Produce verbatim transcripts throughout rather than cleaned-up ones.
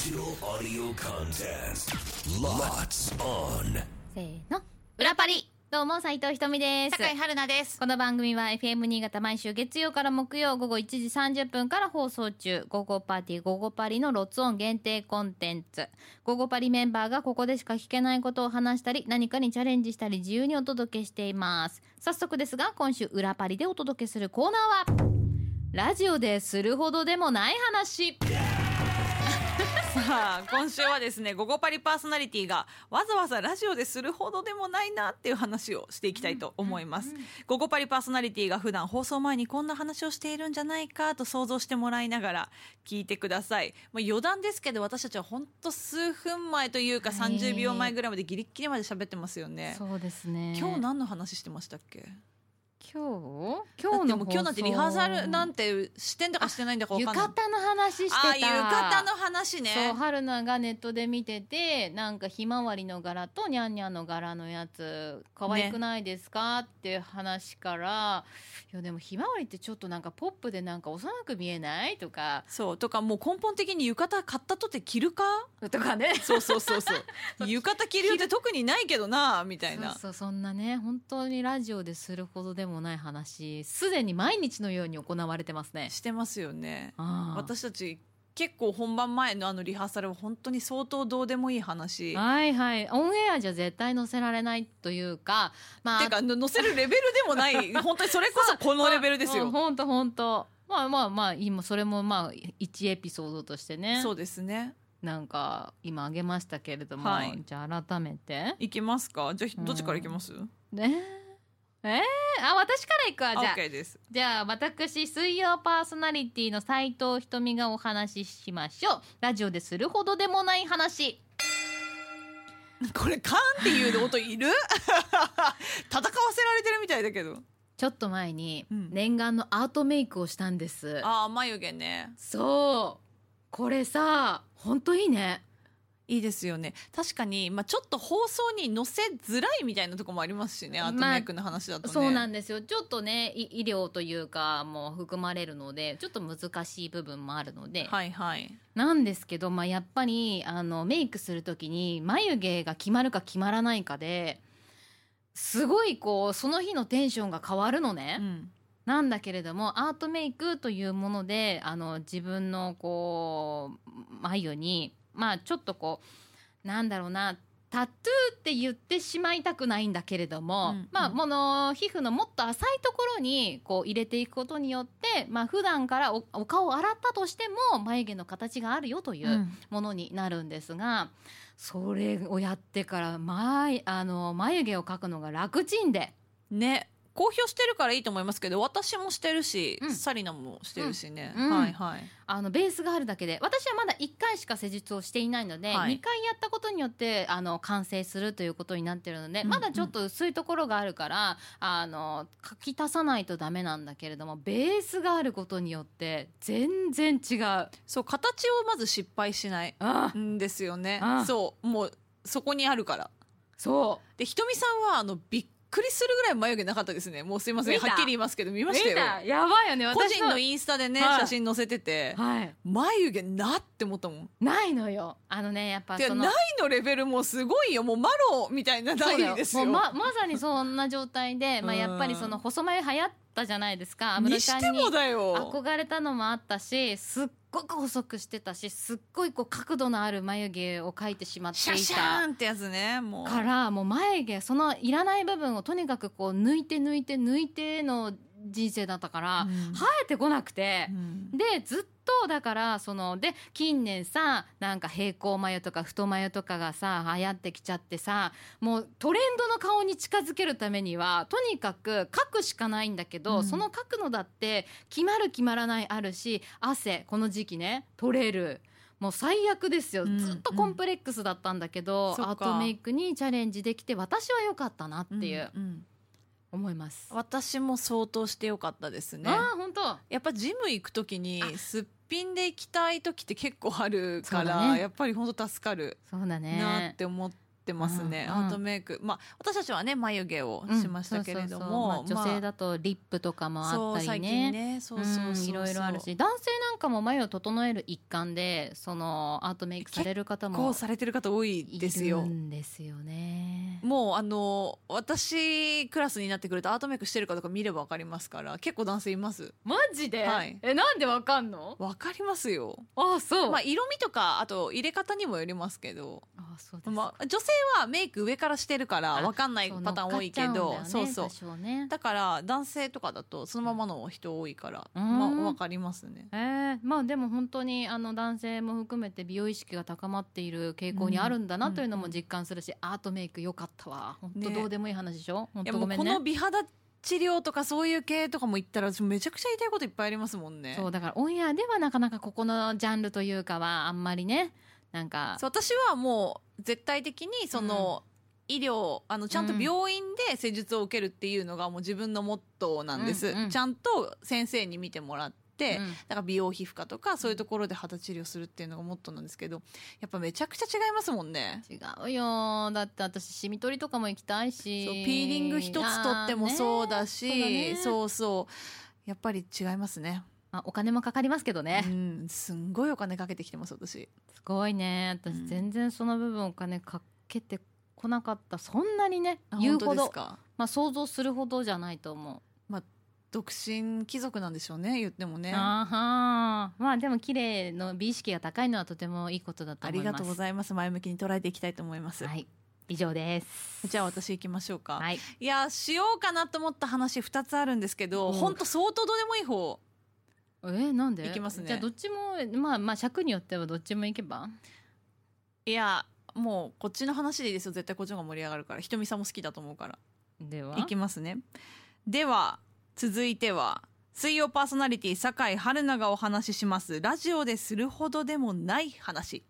Digital audio contest. Lots on. せーの、裏パリ。どうも斉藤ひとみです。 高井春菜です。 この番組は エフエム 新潟毎週月曜から木曜午後いちじさんじゅっぷんから放送中、午後パーティー午後パリのロッツオン限定コンテンツ。午後パリメンバーがここでしか聞けないことを話したり、何かにチャレンジしたり自由にお届けしています。早速ですが、今週裏パリでお届けするコーナーはラジオでするほどでもない話。 さあ今週はですね、午後パリパーソナリティがわざわざラジオでするほどでもないなっていう話をしていきたいと思います。午後パリパーソナリティが普段放送前にこんな話をしているんじゃないかと想像してもらいながら聞いてください。まあ、余談ですけど、私たちはほんと数分前というかさんじゅうびょうまえぐらいまでギリッギリまで喋ってますよね。 そうですね。 今日何の話してましたっけ？ 今日今日の放送今日なんてリハーサルなんてしてんだかしてないんだか分かんない。 浴衣の話してた。 あ、浴衣の話ね。 そう、春菜がネットで見てて、なんかひまわりの柄とニャンニャンの柄のやつ可愛くないですか、ね、っていう話から、いやでもひまわりってちょっとなんかポップでなんか幼く見えないとか、 そうとか、もう根本的に浴衣買ったとて着るかとかね。 そうそうそうそう浴衣着るよって特にないけどなみたいな。 そうそう、そんなね、本当にラジオでするほどでもない話、すでに毎日のように行われてますね。 してますよね。 あ、 私たち結構本番前のあのリハーサルは本当に相当どうでもいい話。 はいはい、オンエアじゃ絶対載せられないというか、まあ、 てか載せるレベルでもない本当にそれこそこのレベルですよ。 本当本当。まあまあまあ、今それもまあいちエピソードとしてね。 そうですね。 なんか今あげましたけれども、 はい、 じゃあ改めていきますか。じゃあどっちからいきます？ ねえー、あ、私からいくわ。じゃあ、 OK です。 じゃあ私水曜パーソナリティの斉藤ひとみがお話ししましょう。ラジオでするほどでもない話。 これカーンっていう音いる戦わせられてるみたいだけど。 ちょっと前に念願のアートメイクをしたんです、 うん、ああ、眉毛ね。 そう、これさほんといいね。 いいですよね。確かに、まあ、ちょっと放送に載せづらいみたいなところもありますしね、アートメイクの話だとね、 まあ、そうなんですよ。ちょっとね、医療というかもう含まれるのでちょっと難しい部分もあるので、 はいはい、 なんですけど、まあ、やっぱりあのメイクする時に眉毛が決まるか決まらないかですごいこうその日のテンションが変わるのね、うん、なんだけれどもアートメイクというものであの自分のこう眉にまあちょっとこうなんだろうな、タトゥーって言ってしまいたくないんだけれども、うんうん、まあこの皮膚のもっと浅いところにこう入れていくことによって、まあ普段から お, お顔を洗ったとしても眉毛の形があるよというものになるんですが、うん、それをやってから眉あの眉毛を描くのが楽ちんでね。公表してるからいいと思いますけど、私もしてるし、うん、サリナもしてるしね、 うんうん、 はいはい、 あのベースがあるだけで、私はまだいっかいしか施術をしていないので、はい、にかいやったことによってあの完成するということになってるので、うんうん、まだちょっと薄いところがあるからあの書き足さないとダメなんだけれども、ベースがあることによって全然違う。 そう、形をまず失敗しないんですよね。そう、もうそこにあるから。 そうで、ひとみさんはあのびっびっくりするぐらい眉毛なかったですね。もうすいません、はっきり言いますけど見ましたよ。 見た、やばいよね。 私個人のインスタでね、はい、写真載せてて、はい、眉毛なって思ったもん。 ないのよ。あのね、やっぱそのないのレベルもすごいよ。もうマロみたいなないですよ。 もう ま, まさにそんな状態で、まあ、やっぱりその細眉流行ったじゃないですか。安室ちゃんに憧れたのもあったし、すっごく細くしてたし、すっごいこう角度のある眉毛を描いてしまっていた。 シャシャーンってやつね。もうからもう眉毛そのいらない部分をとにかくこう抜いて抜いて抜いての人生だったから、うん、生えてこなくて、うん、でずっとだからそので近年さ、なんか平行眉とか太眉とかがさ流行ってきちゃってさ、もうトレンドの顔に近づけるためにはとにかく描くしかないんだけど、うん、その描くのだって決まる決まらないあるし、汗この時期ね取れる、もう最悪ですよ、うん、ずっとコンプレックスだったんだけど、うん、アートメイクにチャレンジできて私は良かったなっていう、うんうん、思います。 私も相当してよかったですね。 あ、本当。 やっぱジム行くときにすっぴんで行きたいときって結構あるから、ね、やっぱり本当助かるそうだねなって思っってますね、 うんうんアートメイク。まあ私たちはね眉毛をしましたけれども、 うんそうそうそうまあ、女性だとリップとかもあったりね、 そう最近ねそうそうそうそう、 うんいろいろあるし、男性なんかも眉を整える一環でそのアートメイクされる方もこうされてる方多いですよ。 いるんですよね。 もうあの私クラスになってくるとアートメイクしてるかとか見れば分かりますから、結構男性います。 マジで、 はい、 えなんでわかんの？ 分かりますよ。 あそうまあ色味とかあと入れ方にもよりますけど、 あそうですか、 まあ、女性はメイク上からしてるから分かんないパターン多いけど、そうそうそうね、 だから男性とかだとそのままの人多いから、 うんまあ、分かりますね。 えー、まあでも本当にあの男性も含めて美容意識が高まっている傾向にあるんだなというのも実感するし、アートメイク良かったわ。本当どうでもいい話でしょ、本当ごめんね。 この美肌治療とかそういう系とかも言ったらめちゃくちゃ言いたいこといっぱいありますもんね。 そうだからオンエアではなかなかここのジャンルというかはあんまりね、なんかそう私はもう絶対的にその、うん、医療あのちゃんと病院で施術を受けるっていうのがもう自分のモットーなんです、うんうん、ちゃんと先生に見てもらって、うん、だから美容皮膚科とかそういうところで肌治療するっていうのがモットーなんですけど、やっぱめちゃくちゃ違いますもんね。 違うよ、だって私シミ取りとかも行きたいし、 そうピーリング一つとってもそうだし、ね、そう、ね、そうそうやっぱり違いますね。 まあ、お金もかかりますけどね、 うん、すんごいお金かけてきてます私。 すごいね、私全然その部分お金かけてこなかった、そんなにね言うほど、まあ、想像するほどじゃないと思う。 まあ独身貴族なんでしょうね、言ってもね。 あはまあでも綺麗の美意識が高いのはとてもいいことだと思います。 ありがとうございます。前向きに捉えていきたいと思います。 はい、以上です。 じゃあ私行きましょうか。 はい、 いやしようかなと思った話ふたつあるんですけど、本当相当どうでもいい方えー、なんでいきますね。 じゃあどっちもまあまあ尺によってはどっちもいけば。 いやもうこっちの話でいいですよ、絶対こっちの方が盛り上がるから。ひとみさんも好きだと思うから。 ではいきますね。では続いては水曜パーソナリティ酒井春菜がお話ししますラジオでするほどでもない話。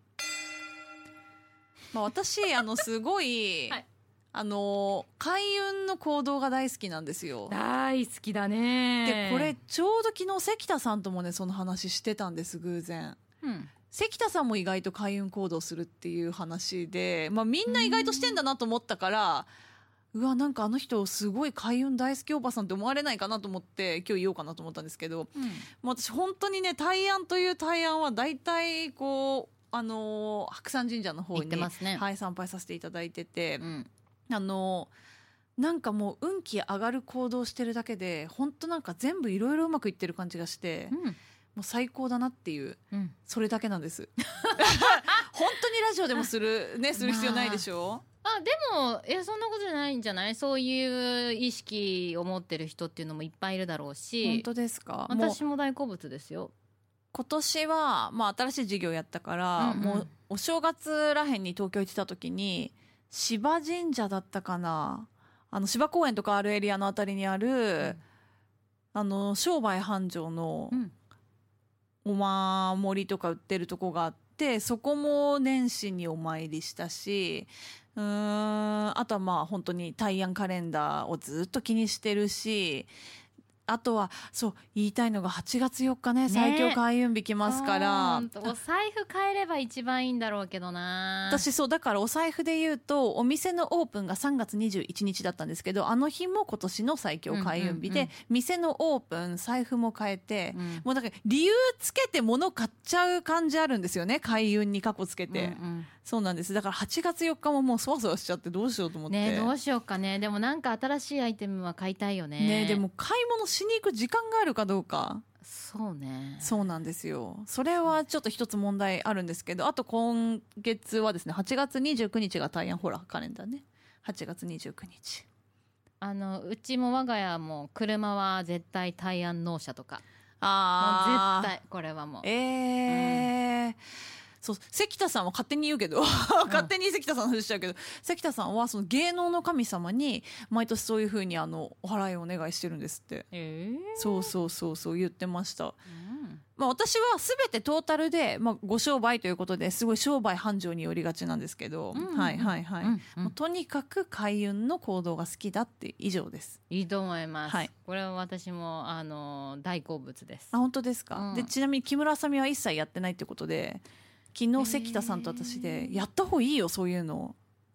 まあ私あのすごい、はい、あの開運の行動が大好きなんですよ。 大好きだね。 でこれちょうど昨日関田さんともねその話してたんです、偶然、うん、関田さんも意外と開運行動するっていう話で、まあ、みんな意外としてんだなと思ったから、うわなんかあの人すごい開運大好きおばさんって思われないかなと思って今日言おうかなと思ったんですけど、うん、もう私本当にね大安という大安は大体こうあのー、白山神社の方に、ねはい、参拝させていただいてて、うん、あのー、なんかもう運気上がる行動してるだけで本当なんか全部いろいろうまくいってる感じがして、うん、もう最高だなっていう、うん、それだけなんです本当にラジオでもする、ね、する必要ないでしょ。 あでもいやそんなことじゃないんじゃない。そういう意識を持ってる人っていうのもいっぱいいるだろうし。 本当ですか。 私も大好物ですよ。 今年は、まあ、新しい授業やったから、うんうん、もうお正月らへんに東京行ってた時に芝神社だったかな、あの芝公園とかあるエリアのあたりにある、うん、あの商売繁盛のお守りとか売ってるとこがあって、そこも年始にお参りしたし、うーんあとはまあ本当に大安カレンダーをずっと気にしてるし、あとはそう言いたいのがはちがつよっかね、最強開運日来ますから、 ね、お財布変えれば一番いいんだろうけどな。 私そうだからお財布で言うとお店のオープンがさんがつにじゅういちにちだったんですけど、あの日も今年の最強開運日で、うんうんうん、店のオープン財布も変えて、うん、もうだから理由つけて物買っちゃう感じあるんですよね、開運に過去つけて、うんうん、そうなんです。だからはちがつよっかももうそわそわしちゃってどうしようと思ってね。どうしようかね。でもなんか新しいアイテムは買いたいよね。 ねでも買い物しに行く時間があるかどうか。 そうね。 そうなんですよ。それはちょっと一つ問題あるんですけど、あと今月はですねはちがつにじゅうくにちが大安ほらカレンダーね、はちがつにじゅうくにち、 あのうちも我が家も車は絶対大安納車とか、 あもう絶対これはもうえー、うんそう関田さんは勝手に言うけど勝手に関田さんの話しちゃうけど、うん、関田さんはその芸能の神様に毎年そういう風にあのお祓いをお願いしてるんですって、 えー、 そうそうそうそう言ってました、うんまあ、私は全てトータルで、まあ、ご商売ということですごい商売繁盛によりがちなんですけど、うんうん、はいはいはい、うんうん、もうとにかく開運の行動が好きだって以上です。 いいと思います、はい、これは私もあの大好物です。 あ本当ですか、うん、でちなみに木村あさみは一切やってないってことで、昨日関田さんと私でやった方がいいよそういうのっ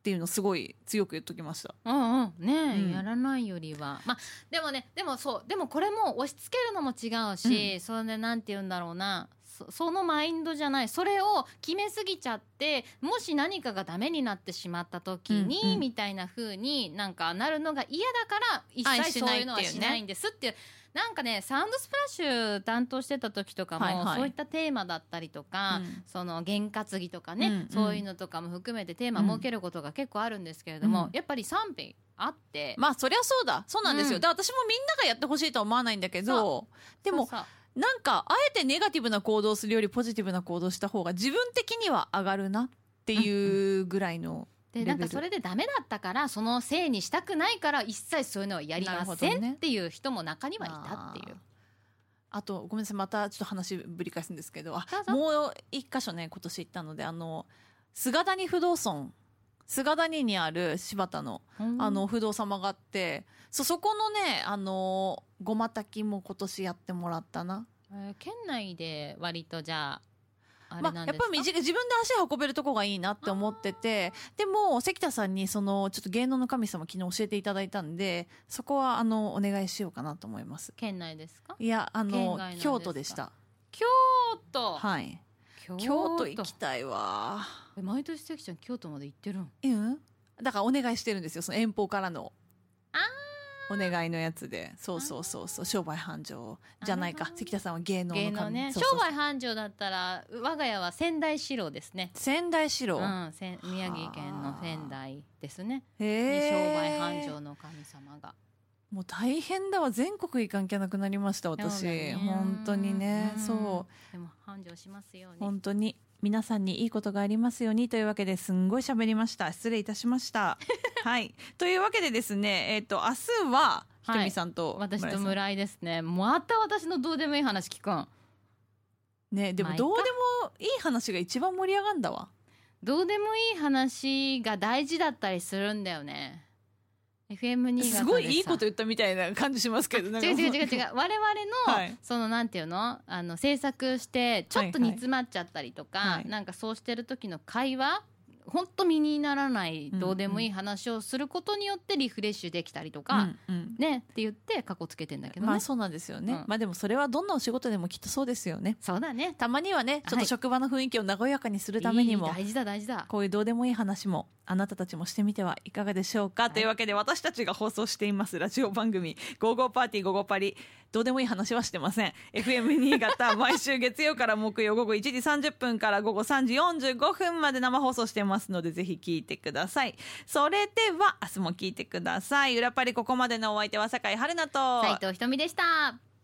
っていうのすごい強く言っときました。 うんうんね、 うん、 やらないよりはまあでもねでもそうでもこれも押し付けるのも違うし、うん、それでなんて言うんだろうな そ, そのマインドじゃないそれを決めすぎちゃってもし何かがダメになってしまった時に、うんうん、みたいな風になんかなるのが嫌だから一切そういうのはしないんですっていうなんかねサウンドスプラッシュ担当してた時とかも、はいはい、そういったテーマだったりとか、うん、その験担ぎとかね、うんうん、そういうのとかも含めてテーマ設けることが結構あるんですけれども、うん、やっぱり賛否あってまあそりゃそうだそうなんですよ、うん、だ私もみんながやってほしいとは思わないんだけどでもそうそうなんかあえてネガティブな行動をするよりポジティブな行動をした方が自分的には上がるなっていうぐらいの、うんうんでなんかそれでダメだったからそのせいにしたくないから一切そういうのはやりません、ね、っていう人も中にはいたっていう。 あとごめんなさいまたちょっと話ぶり返すんですけどあもう一箇所ね今年行ったのであの菅谷不動尊菅谷にある柴田のあの不動様があってそそこのねあのごま炊きも今年やってもらったな、 えー、県内で割とじゃああれまあ、やっぱり自分で足運べるとこがいいなって思っててでも関田さんにそのちょっと芸能の神様昨日教えていただいたんでそこはあのお願いしようかなと思います。 県内ですか？ いやあの京都でした。 京都はい京都、京都行きたいわ。 え毎年関ちゃん京都まで行ってるん？ うんだからお願いしてるんですよその遠方からのあお願いのやつでそうそうそうそう商売繁盛じゃないか関田さんは芸能の神芸能ねそうそうそう商売繁盛だったら我が家は仙台四郎ですね。 仙台四郎、 うん、宮城県の仙台ですねへ商売繁盛の神様がもう大変だわ全国行かんきゃなくなりました私、ね、本当にねそうでも繁盛しますように本当に皆さんにいいことがありますようにというわけですんごい喋りました失礼いたしましたはいというわけでですねえっ、ー、と明日はひとみさんと、 はい、私と村井ですねまた私のどうでもいい話聞くんねでもどうでもいい話が一番盛り上がんだわどうでもいい話が大事だったりするんだよね エフエム 新潟でさすごいいいこと言ったみたいな感じしますけど違う違う違う違う我々の、はい、そのなんていうのあの制作してちょっと煮詰まっちゃったりとか、はいはい、なんかそうしてる時の会話本当身にならないどうでもいい話をすることによってリフレッシュできたりとか、うんうん、ねって言ってカッコつけてんだけどね。 まあそうなんですよね、うん、まあでもそれはどんなお仕事でもきっとそうですよね。 そうだねたまにはねちょっと職場の雰囲気を和やかにするためにも、 はい、いい大事だ大事だこういうどうでもいい話もあなたたちもしてみてはいかがでしょうか、はい、というわけで私たちが放送していますラジオ番組ゴーゴーパーティーゴーゴーパリどうでもいい話はしてません エフエム 新潟毎週月曜から木曜午後いちじさんじゅっぷんから午後さんじよんじゅうごふんまで生放送してますのでぜひ聞いてください。それでは明日も聞いてください。裏パリここまでのお相手は酒井春菜と斉藤ひとみでした。